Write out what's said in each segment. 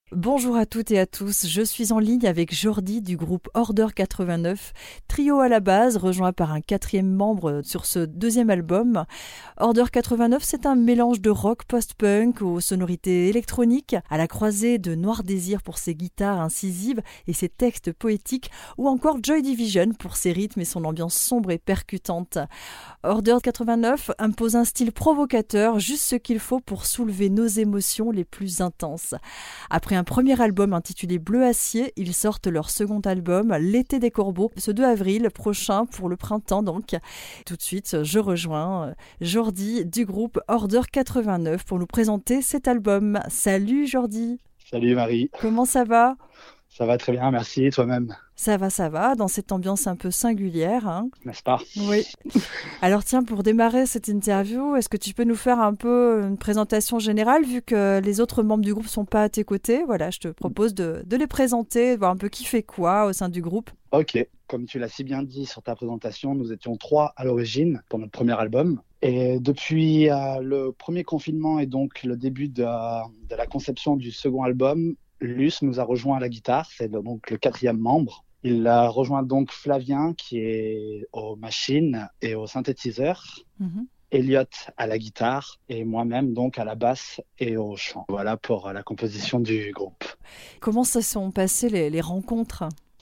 Bonjour à toutes et à tous, je suis en ligne avec Jordi du groupe Order 89, trio à la base, rejoint par un quatrième membre sur ce deuxième album. Order 89, c'est un mélange de rock post-punk aux sonorités électroniques, à la croisée de Noir Désir pour ses guitares incisives et ses textes poétiques, ou encore Joy Division pour ses rythmes et son ambiance sombre et percutante. Order 89 impose un style provocateur, juste ce qu'il faut pour soulever nos émotions les plus intenses. Après un premier album intitulé Bleu Acier, ils sortent leur second album, L'été des corbeaux, ce 2 avril prochain pour le printemps donc. Tout de suite, je rejoins Jordi du groupe Order 89 pour nous présenter cet album. Salut Jordi. Salut Marie, Comment ça va? ça va très bien, merci, et toi-même, Ça va, dans cette ambiance un peu singulière, hein. n'est-ce pas? Oui. Alors tiens, pour démarrer cette interview, est-ce que tu peux nous faire un peu une présentation générale, vu que les autres membres du groupe ne sont pas à tes côtés? Voilà, je te propose de les présenter, de voir un peu qui fait quoi au sein du groupe. Ok, comme tu l'as si bien dit sur ta présentation, nous étions trois à l'origine pour notre premier album. Et depuis le premier confinement et donc le début de la conception du second album, Luce nous a rejoint à la guitare, c'est donc le quatrième membre. Il a rejoint donc Flavien qui est aux machines et aux synthétiseurs. Mhm. Elliot à la guitare et moi-même donc à la basse et au chant. Voilà pour la composition du groupe. Comment se sont passées les rencontres?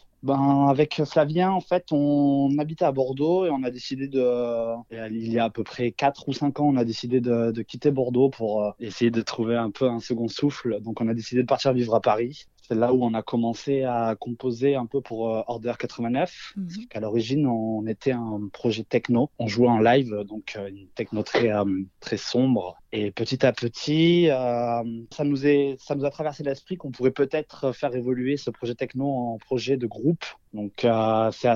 Avec Flavien, en fait, on habitait à Bordeaux et on a décidé il y a à peu près 4 ou 5 ans, on a décidé de quitter Bordeaux pour essayer de trouver un peu un second souffle. Donc, on a décidé de partir vivre à Paris. C'est là où on a commencé à composer un peu pour Order 89. Parce Mhm. qu'à l'origine, on était un projet techno. On jouait en live, donc une techno très sombre. Et petit à petit, ça nous a traversé l'esprit qu'on pourrait peut-être faire évoluer ce projet techno en projet de groupe. Donc c'est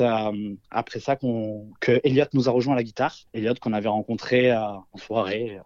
après ça que Elliot nous a rejoint à la guitare. Elliot qu'on avait rencontré en soirée,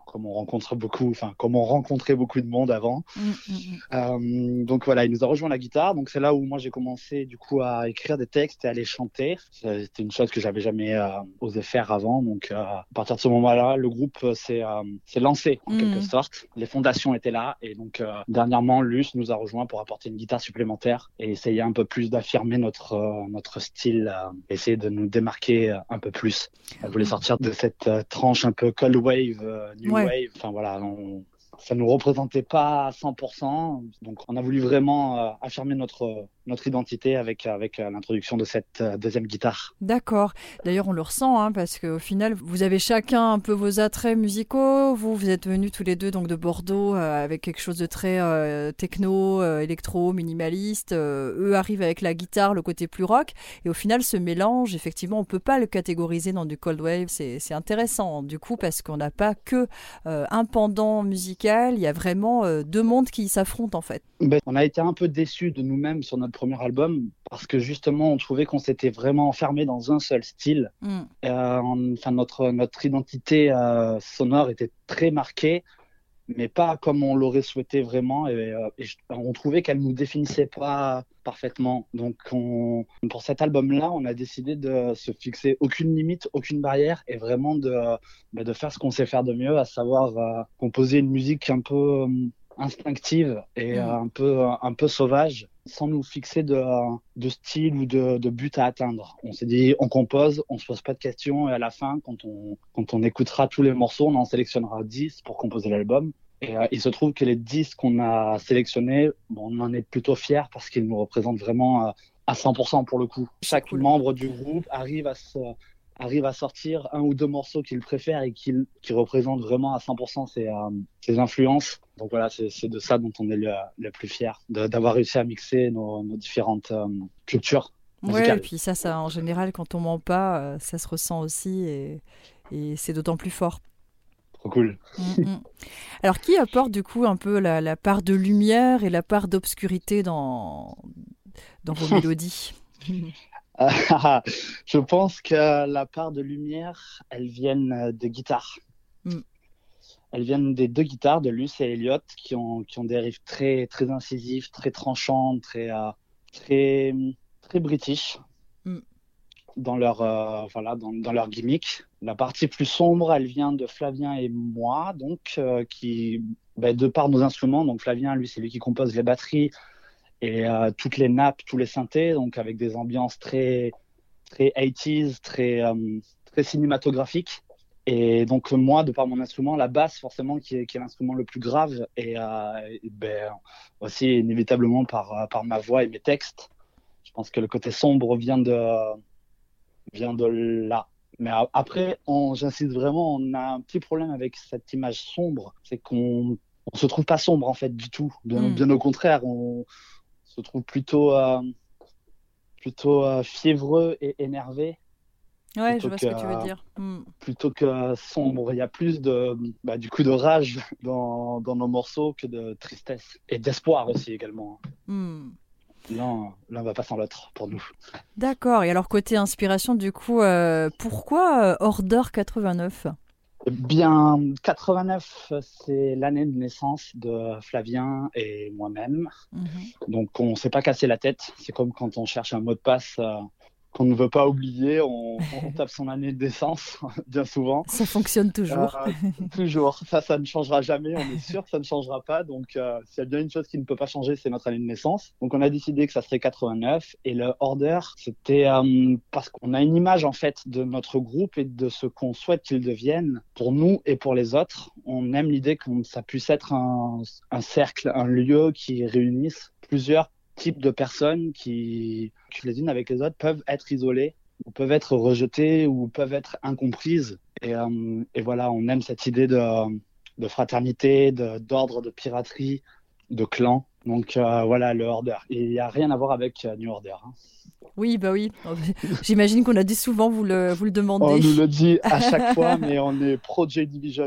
comme on rencontrait beaucoup de monde avant. Mhm, mhm. Donc voilà, il nous a rejoint à la guitare. Donc c'est là où moi j'ai commencé du coup à écrire des textes et à les chanter. C'était une chose que j'avais jamais osé faire avant. Donc à partir de ce moment-là, le groupe s'est lancé en quelque Mhm. sorte. Les fondations étaient là et donc dernièrement, Luce nous a rejoint pour apporter une guitare supplémentaire et essayer un peu plus d'affirmer notre style, essayer de nous démarquer un peu plus. Elle voulait sortir de cette tranche un peu cold wave, new Ouais. wave. Enfin voilà, ça nous représentait pas à 100%. Donc, on a voulu vraiment affirmer notre identité avec l'introduction de cette deuxième guitare. D'accord. D'ailleurs, on le ressent, hein, parce qu'au final, vous avez chacun un peu vos attraits musicaux. Vous êtes venus tous les deux donc de Bordeaux avec quelque chose de très techno, électro, minimaliste. Eux arrivent avec la guitare, le côté plus rock. Et au final, ce mélange, effectivement, on peut pas le catégoriser dans du cold wave. C'est intéressant, du coup, parce qu'on n'a pas que un pendant musical. Il y a vraiment deux mondes qui s'affrontent, en fait. On a été un peu déçus de nous-mêmes sur notre premier album parce que justement, on trouvait qu'on s'était vraiment enfermé dans un seul style. Mm. Enfin, notre identité sonore était très marquée, mais pas comme on l'aurait souhaité vraiment. On trouvait qu'elle nous définissait pas parfaitement. Donc, pour cet album-là, on a décidé de se fixer aucune limite, aucune barrière, et vraiment de faire ce qu'on sait faire de mieux, à savoir composer une musique un peu instinctive et Mm. un peu sauvage, sans nous fixer de style ou de but à atteindre. On s'est dit, on compose, on se pose pas de questions, et à la fin, quand on écoutera tous les morceaux, on en sélectionnera 10 pour composer l'album. Et il se trouve que les 10 qu'on a sélectionnés, bon, on en est plutôt fiers parce qu'ils nous représentent vraiment à 100% pour le coup. C'est Chaque cool. membre du groupe arrive à sortir un ou deux morceaux qu'il préfère et qui représentent vraiment à 100% ses influences. Donc voilà, c'est de ça dont on est le plus fier, d'avoir réussi à mixer nos différentes cultures Ouais, et musicales. puis ça, en général, quand on ment pas, ça se ressent aussi et c'est d'autant plus fort. Trop cool. Mm, mm. Alors, qui apporte du coup un peu la part de lumière et la part d'obscurité dans vos mélodies? Je pense que la part de lumière, elles viennent des guitares. Mm. Elles viennent des deux guitares de Luce et Elliot qui ont des riffs très, très incisifs, très tranchants, très, très british Mm. dans dans leur gimmick. La partie plus sombre, elle vient de Flavien et moi, donc, de par nos instruments. Donc Flavien, lui, c'est lui qui compose les batteries et toutes les nappes, tous les synthés, donc avec des ambiances très, très 80s, très cinématographiques. Et donc moi, de par mon instrument, la basse, forcément, qui est l'instrument le plus grave, aussi inévitablement par ma voix et mes textes. Je pense que le côté sombre vient de là. Mais après, j'insiste vraiment, on a un petit problème avec cette image sombre, c'est qu'on on se trouve pas sombre en fait du tout. Bien au contraire, on se trouve plutôt fiévreux et énervé Ouais, je plutôt vois que ce que tu veux dire. plutôt que sombre. Il y a plus du coup de rage dans nos morceaux que de tristesse et d'espoir aussi également. Hmm. L'un va pas sans l'autre pour nous. D'accord. Et alors, côté inspiration, du coup, pourquoi Order 89? Eh bien, 89, c'est l'année de naissance de Flavien et moi-même. Mhm. Donc, on ne s'est pas cassé la tête. C'est comme quand on cherche un mot de passe qu'on ne veut pas oublier. On tape son année de naissance, bien souvent. Ça fonctionne Euh, toujours. Toujours. Ça ne changera jamais. On est sûr que ça ne changera pas. Donc, s'il y a bien une chose qui ne peut pas changer, c'est notre année de naissance. Donc, on a décidé que ça serait 89. Et le order, c'était parce qu'on a une image, en fait, de notre groupe et de ce qu'on souhaite qu'il devienne pour nous et pour les autres. On aime l'idée que ça puisse être un cercle, un lieu qui réunisse plusieurs types de personnes qui les unes avec les autres, peuvent être isolées ou peuvent être rejetées ou peuvent être incomprises. Et voilà, on aime cette idée de fraternité, d'ordre, de piraterie, de clan. Donc voilà, le Order. Et il n'y a rien à voir avec New Order. Hein. Oui, bah oui. J'imagine qu'on a dû souvent vous le On demander. nous le dit à chaque fois, mais on est pro J-Division.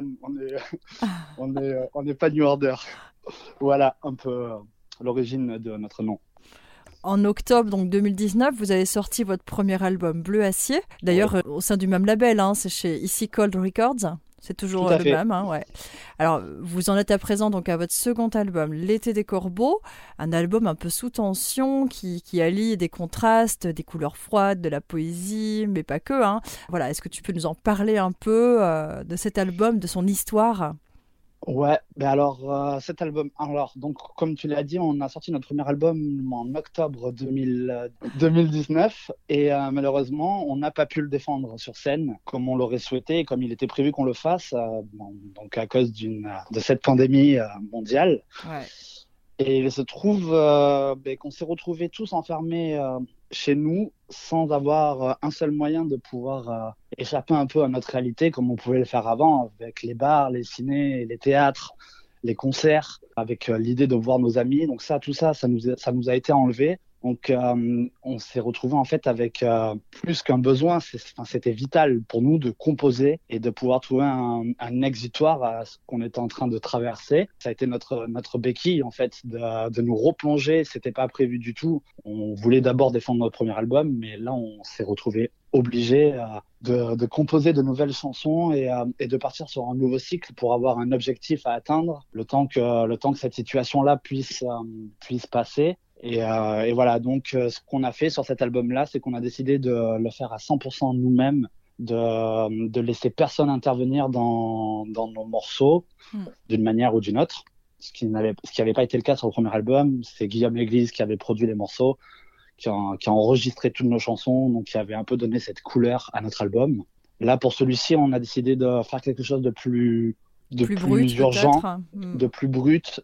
On n'est pas New Order. Voilà un peu l'origine de notre nom. En octobre donc 2019, vous avez sorti votre premier album Bleu Acier. Oui, D'ailleurs, au sein du même label, hein, c'est chez Ici Cold Records. C'est tout toujours à le fait. même, hein, ouais. Alors, vous en êtes à présent donc à votre second album, L'été des corbeaux, un album un peu sous tension qui allie des contrastes, des couleurs froides, de la poésie, mais pas que. Hein. Voilà, est-ce que tu peux nous en parler un peu de cet album, de son histoire? Ouais, ben alors cet album, alors donc comme tu l'as dit, on a sorti notre premier album en octobre 2019 et malheureusement on n'a pas pu le défendre sur scène comme on l'aurait souhaité et comme il était prévu qu'on le fasse, donc à cause de cette pandémie mondiale. Ouais. Et il se trouve qu'on s'est retrouvés tous enfermés chez nous sans avoir un seul moyen de pouvoir échapper un peu à notre réalité comme on pouvait le faire avant avec les bars, les cinés, les théâtres, les concerts, avec l'idée de voir nos amis. Donc tout ça, ça nous a été enlevé. Donc on s'est retrouvé en fait avec plus qu'un besoin, c'était vital pour nous de composer et de pouvoir trouver un exutoire à ce qu'on était en train de traverser. Ça a été notre béquille en fait de nous replonger. C'était pas prévu du tout. On voulait d'abord défendre notre premier album, mais là on s'est retrouvé obligé de composer de nouvelles chansons et de partir sur un nouveau cycle pour avoir un objectif à atteindre le temps que cette situation-là puisse passer. Et voilà, donc ce qu'on a fait sur cet album-là, c'est qu'on a décidé de le faire à 100% nous-mêmes, de laisser personne intervenir dans nos morceaux d'une manière ou d'une autre. Ce qui n'avait pas été le cas sur le premier album. C'est Guillaume L'Église qui avait produit les morceaux, qui a enregistré toutes nos chansons, donc qui avait un peu donné cette couleur à notre album. Là, pour celui-ci, on a décidé de faire quelque chose de Plus plus brut urgent, peut-être. de plus brut,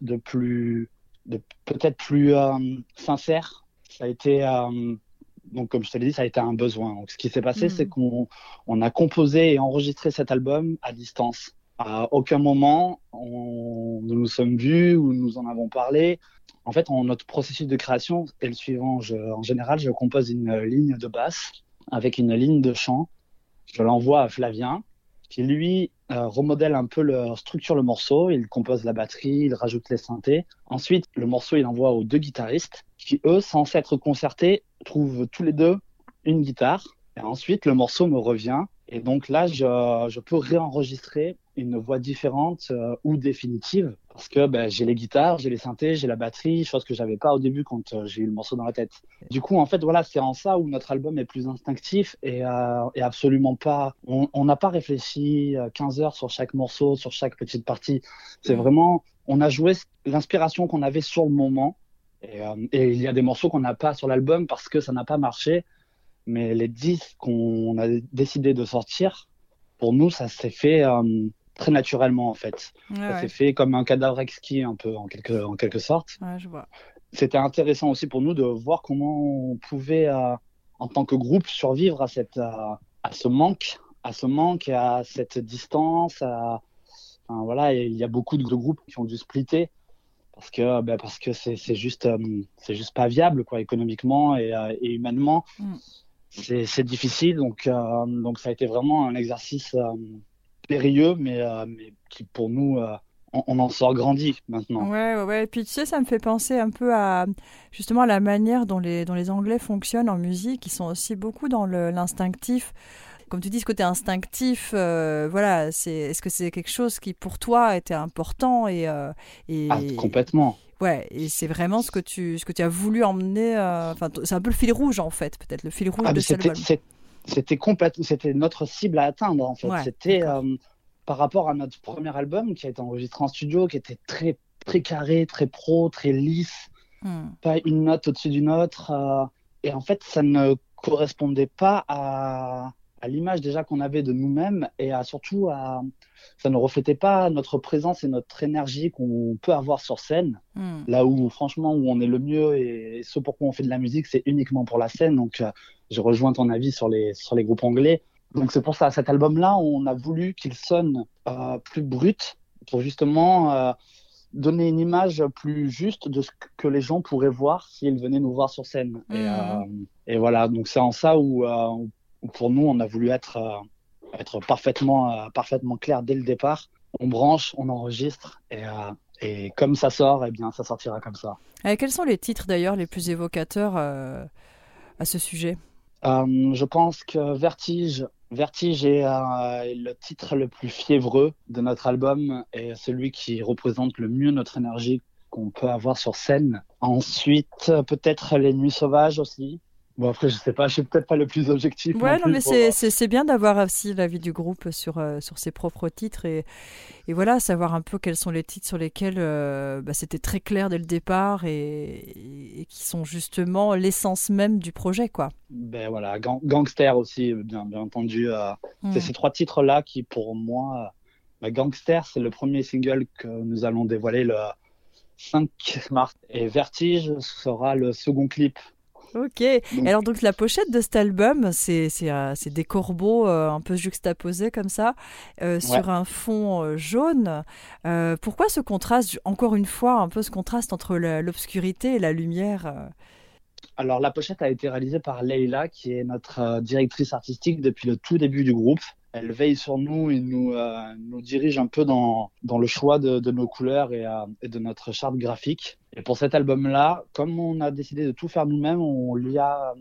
de peut-être plus sincère. Ça a été, donc comme je te l'ai dit, ça a été un besoin. Donc ce qui s'est passé, c'est qu'on a composé et enregistré cet album à distance. À aucun moment, nous nous sommes vus ou nous en avons parlé. En fait, notre processus de création est le suivant. En général, je compose une ligne de basse avec une ligne de chant. Je l'envoie à Flavien, qui lui remodèle un peu, structure le morceau. Il compose la batterie, il rajoute les synthés. Ensuite, le morceau, il envoie aux deux guitaristes, qui eux, sans s'être concertés, trouvent tous les deux une guitare. Et ensuite, le morceau me revient Et donc là, je peux réenregistrer une voix différente ou définitive parce que j'ai les guitares, j'ai les synthés, j'ai la batterie, chose que j'avais pas au début quand j'ai eu le morceau dans la tête. Du coup, en fait, voilà, c'est en ça où notre album est plus instinctif et absolument pas. On n'a pas réfléchi 15 heures sur chaque morceau, sur chaque petite partie. C'est vraiment, on a joué l'inspiration qu'on avait sur le moment. Et il y a des morceaux qu'on n'a pas sur l'album parce que ça n'a pas marché. Mais les 10 qu'on a décidé de sortir, pour nous, ça s'est fait très naturellement, en fait. Ça s'est fait comme un cadavre exquis, un peu, en quelque sorte. Ouais, je vois. C'était intéressant aussi pour nous de voir comment on pouvait, en tant que groupe, survivre à ce manque, et à cette distance. Enfin, voilà, il y a beaucoup de groupes qui ont dû splitter parce que c'est juste pas viable, quoi, économiquement et humainement. C'est difficile, donc ça a été vraiment un exercice périlleux, mais qui pour nous, on en sort grandi maintenant. Ouais. Et puis tu sais, ça me fait penser un peu à justement à la manière dont les Anglais fonctionnent en musique. Ils sont aussi beaucoup dans l'instinctif. Comme tu dis, ce côté instinctif, voilà, est-ce que c'est quelque chose qui pour toi était important Ah, complètement. Ouais, et c'est vraiment ce que tu as voulu emmener. Enfin, c'est un peu le fil rouge en fait, peut-être le fil rouge de cet album. C'était notre cible à atteindre en fait. Ouais, c'était par rapport à notre premier album qui a été enregistré en studio, qui était très très carré, très pro, très lisse, pas une note au-dessus d'une autre. Et en fait, ça ne correspondait pas à l'image déjà qu'on avait de nous-mêmes surtout ça ne reflétait pas notre présence et notre énergie qu'on peut avoir sur scène. Là où franchement où on est le mieux et ce pourquoi on fait de la musique, c'est uniquement pour la scène. Donc je rejoins ton avis sur les groupes anglais. Donc c'est pour ça, cet album-là, on a voulu qu'il sonne plus brut pour justement donner une image plus juste de ce que les gens pourraient voir s'ils venaient nous voir sur scène. Et voilà, donc c'est en ça où pour nous, on a voulu être parfaitement clair dès le départ. On branche, on enregistre et comme ça sort, eh bien, ça sortira comme ça. Et quels sont les titres d'ailleurs les plus évocateurs à ce sujet? Je pense que Vertige est le titre le plus fiévreux de notre album et celui qui représente le mieux notre énergie qu'on peut avoir sur scène. Ensuite, peut-être Les Nuits Sauvages aussi. Bon, après, je sais pas, je suis peut-être pas le plus objectif. Ouais, non mais plus c'est bien d'avoir aussi l'avis du groupe sur ses propres titres et voilà, savoir un peu quels sont les titres sur lesquels c'était très clair dès le départ et qui sont justement l'essence même du projet, quoi. Ben voilà, Gangster aussi, bien entendu. C'est ces 3 titres-là qui, pour moi, Gangster, c'est le premier single que nous allons dévoiler le 5 mars. Et Vertige sera le second clip. Ok. Alors donc la pochette de cet album, c'est des corbeaux un peu juxtaposés comme ça sur un fond jaune. Pourquoi ce contraste, encore une fois, un peu ce contraste entre l'obscurité et la lumière Alors la pochette a été réalisée par Leïla, qui est notre directrice artistique depuis le tout début du groupe. Elle veille sur nous et nous dirige un peu dans le choix de nos couleurs et de notre charte graphique. Et pour cet album-là, comme on a décidé de tout faire nous-mêmes, on lui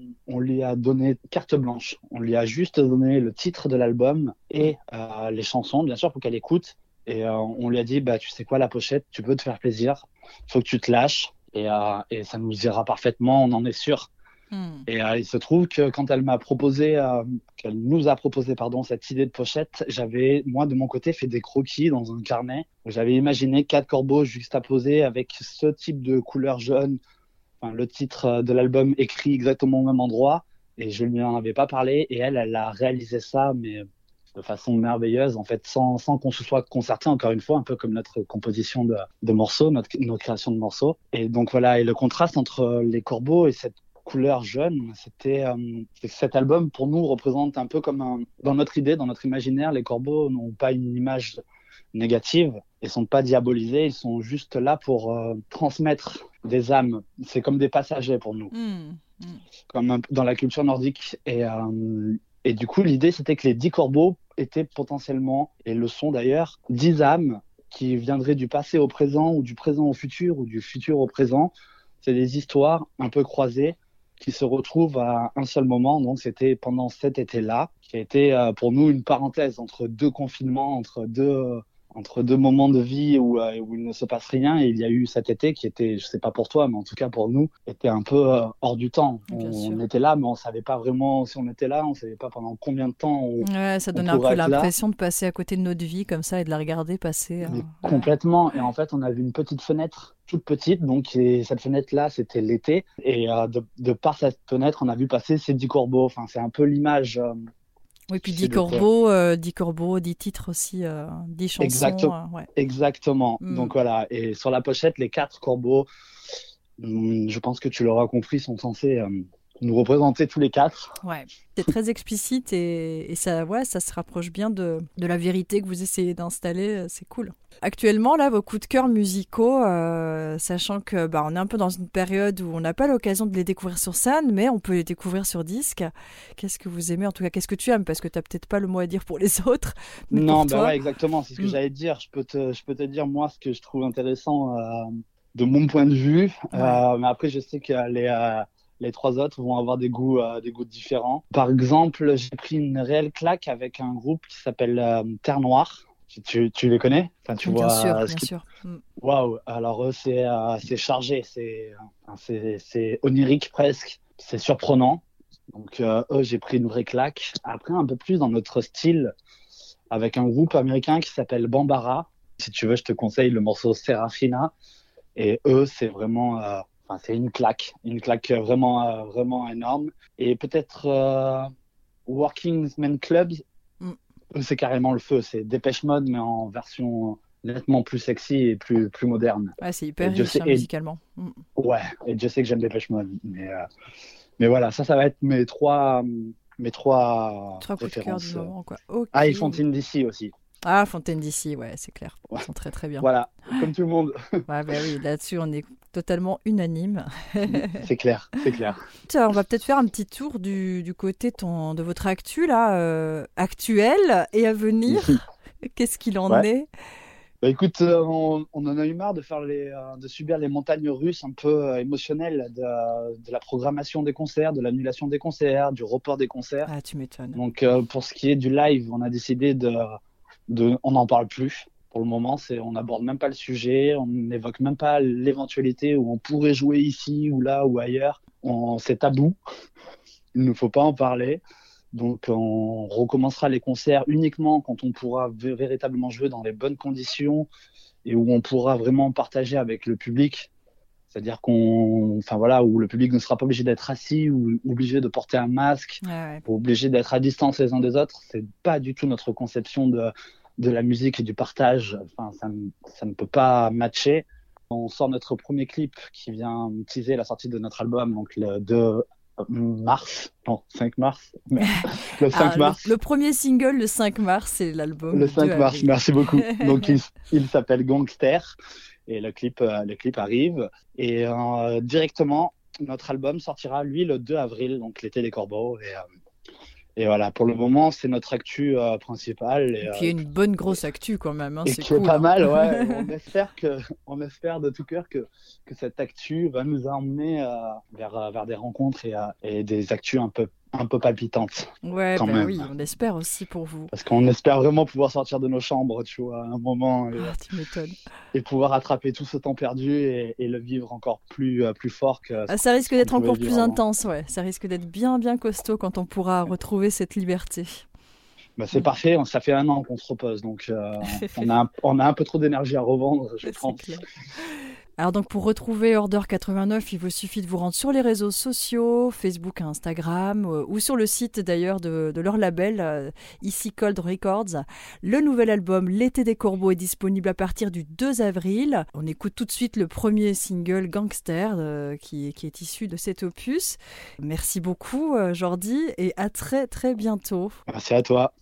a donné carte blanche. On lui a juste donné le titre de l'album et les chansons, bien sûr, pour qu'elle écoute. Et on lui a dit, tu sais quoi, la pochette, tu peux te faire plaisir, faut que tu te lâches. Et ça nous ira parfaitement, on en est sûr. Et il se trouve que quand qu'elle nous a proposé cette idée de pochette, j'avais, moi, de mon côté, fait des croquis dans un carnet où j'avais imaginé 4 corbeaux juxtaposés avec ce type de couleur jaune, enfin, le titre de l'album écrit exactement au même endroit. Et je lui en avais pas parlé. Et elle a réalisé ça, mais de façon merveilleuse, en fait, sans qu'on se soit concerté, encore une fois, un peu comme notre composition de morceaux, notre création de morceaux. Et donc voilà, et le contraste entre les corbeaux et cette couleur jaune, cet album pour nous représente un peu comme dans notre idée, dans notre imaginaire, les corbeaux n'ont pas une image négative, ils sont pas diabolisés, ils sont juste là pour transmettre des âmes. C'est comme des passagers pour nous, comme dans la culture nordique. Et du coup, l'idée c'était que les 10 corbeaux étaient potentiellement, et le sont d'ailleurs, 10 âmes qui viendraient du passé au présent ou du présent au futur ou du futur au présent. C'est des histoires un peu croisées qui se retrouvent à un seul moment. Donc, c'était pendant cet été-là, qui a été pour nous une parenthèse entre deux confinements, entre deux moments de vie où il ne se passe rien. Et il y a eu cet été qui était, je sais pas pour toi, mais en tout cas pour nous, était un peu hors du temps. On était là, mais on savait pas vraiment si on était là, on savait pas pendant combien de temps ça donnait un peu l'impression de passer à côté de notre vie comme ça et de la regarder passer. Complètement. Et en fait, on a vu une petite fenêtre, toute petite, donc cette fenêtre-là, c'était l'été. Et de par cette fenêtre, on a vu passer ces 10 corbeaux. Enfin, c'est un peu l'image... Oui, puis 10 corbeaux, 10 titres aussi, 10 chansons. Exactement. Donc voilà, et sur la pochette, les 4 corbeaux, je pense que tu l'auras compris, sont censés nous représenter tous les 4. Ouais, c'est très explicite et ça se rapproche bien de la vérité que vous essayez d'installer, c'est cool. Actuellement, là, vos coups de cœur musicaux, sachant que on est un peu dans une période où on n'a pas l'occasion de les découvrir sur scène, mais on peut les découvrir sur disque. Qu'est-ce que vous aimez, en tout cas, qu'est-ce que tu aimes? Parce que tu n'as peut-être pas le mot à dire pour les autres. Mais non, pour toi... ouais, exactement, c'est ce que j'allais te dire. Je peux te dire, moi, ce que je trouve intéressant de mon point de vue. Mais après, je sais que les 3 autres vont avoir des goûts différents. Par exemple, j'ai pris une réelle claque avec un groupe qui s'appelle Terre Noire. Tu les connais? Enfin, tu vois, bien sûr. Waouh! Alors eux, c'est chargé, c'est onirique presque, c'est surprenant. Donc eux, j'ai pris une vraie claque. Après, un peu plus dans notre style, avec un groupe américain qui s'appelle Bambara. Si tu veux, je te conseille le morceau Serafina. Et eux, c'est vraiment, c'est une claque vraiment, vraiment énorme. Et peut-être Working Men Club. C'est carrément le feu, c'est Dépêche Mode, mais en version nettement plus sexy et plus moderne. Ouais, c'est hyper riche musicalement. Ouais, et je sais que j'aime Dépêche Mode, mais voilà, ça va être mes trois coups de cœur du moment, quoi. Okay. Ah, et Fontaine DC aussi. Ah, Fontaine DC, ouais, c'est clair. Ils sont très très bien. Voilà, comme tout le monde. Oui, là-dessus, on est totalement unanime. C'est clair. On va peut-être faire un petit tour du côté de votre actu, là, actuel et à venir. Qu'est-ce qu'il en est? Écoute, on en a eu marre de subir les montagnes russes un peu émotionnelles de la programmation des concerts, de l'annulation des concerts, du report des concerts. Ah, tu m'étonnes. Donc, pour ce qui est du live, on a décidé on n'en parle plus. Pour le moment, on n'aborde même pas le sujet, on n'évoque même pas l'éventualité où on pourrait jouer ici ou là ou ailleurs. C'est tabou, il ne faut pas en parler. Donc, on recommencera les concerts uniquement quand on pourra véritablement jouer dans les bonnes conditions et où on pourra vraiment partager avec le public. C'est-à-dire où le public ne sera pas obligé d'être assis ou obligé de porter un masque, ou obligé d'être à distance les uns des autres. C'est pas du tout notre conception de la musique et du partage. Enfin, ça ne peut pas matcher. On sort notre premier clip qui vient teaser la sortie de notre album, donc le 5 mars. Le 5 mars. Le premier single, le 5 mars, c'est l'album. Le 5 mars, merci beaucoup. Donc, il s'appelle Gangster. Et le clip arrive. Et directement, notre album sortira, lui, le 2 avril, donc l'été des corbeaux. Et voilà, pour le moment, c'est notre actu principale. Et qui est une bonne grosse actu quand même. Hein, et c'est qui cool, est pas mal, ouais. on espère de tout cœur que cette actu va nous emmener vers des rencontres et des actus un peu palpitantes. Ouais, même. Oui, on espère aussi pour vous. Parce qu'on espère vraiment pouvoir sortir de nos chambres, tu vois, à un moment. Tu m'étonnes. Et pouvoir rattraper tout ce temps perdu et le vivre encore plus fort que... ça risque d'être encore plus intense, ouais. Ça risque d'être bien, bien costaud quand on pourra retrouver cette liberté. C'est parfait, ça fait 1 an qu'on se repose, donc on a un peu trop d'énergie à revendre, je pense. Clair. Alors donc pour retrouver Order 89, il vous suffit de vous rendre sur les réseaux sociaux, Facebook, Instagram, ou sur le site d'ailleurs de leur label, ici Cold Records. Le nouvel album L'été des corbeaux est disponible à partir du 2 avril. On écoute tout de suite le premier single Gangster qui est issu de cet opus. Merci beaucoup Jordi et à très très bientôt. Merci à toi.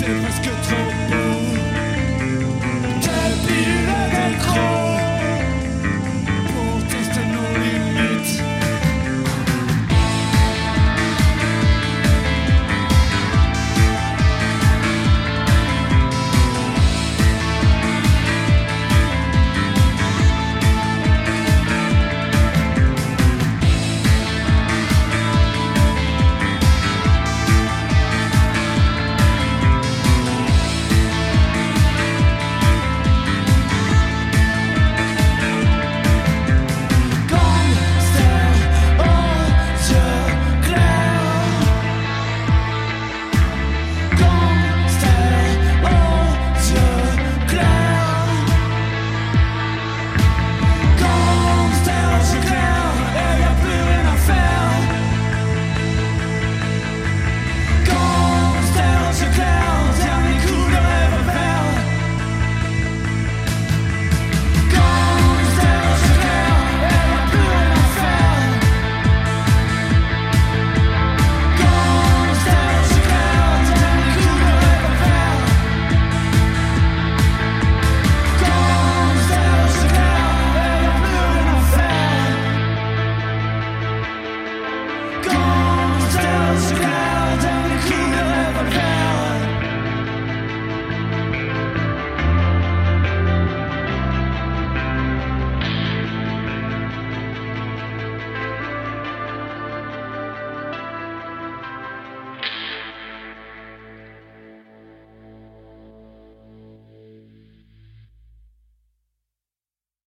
c'est presque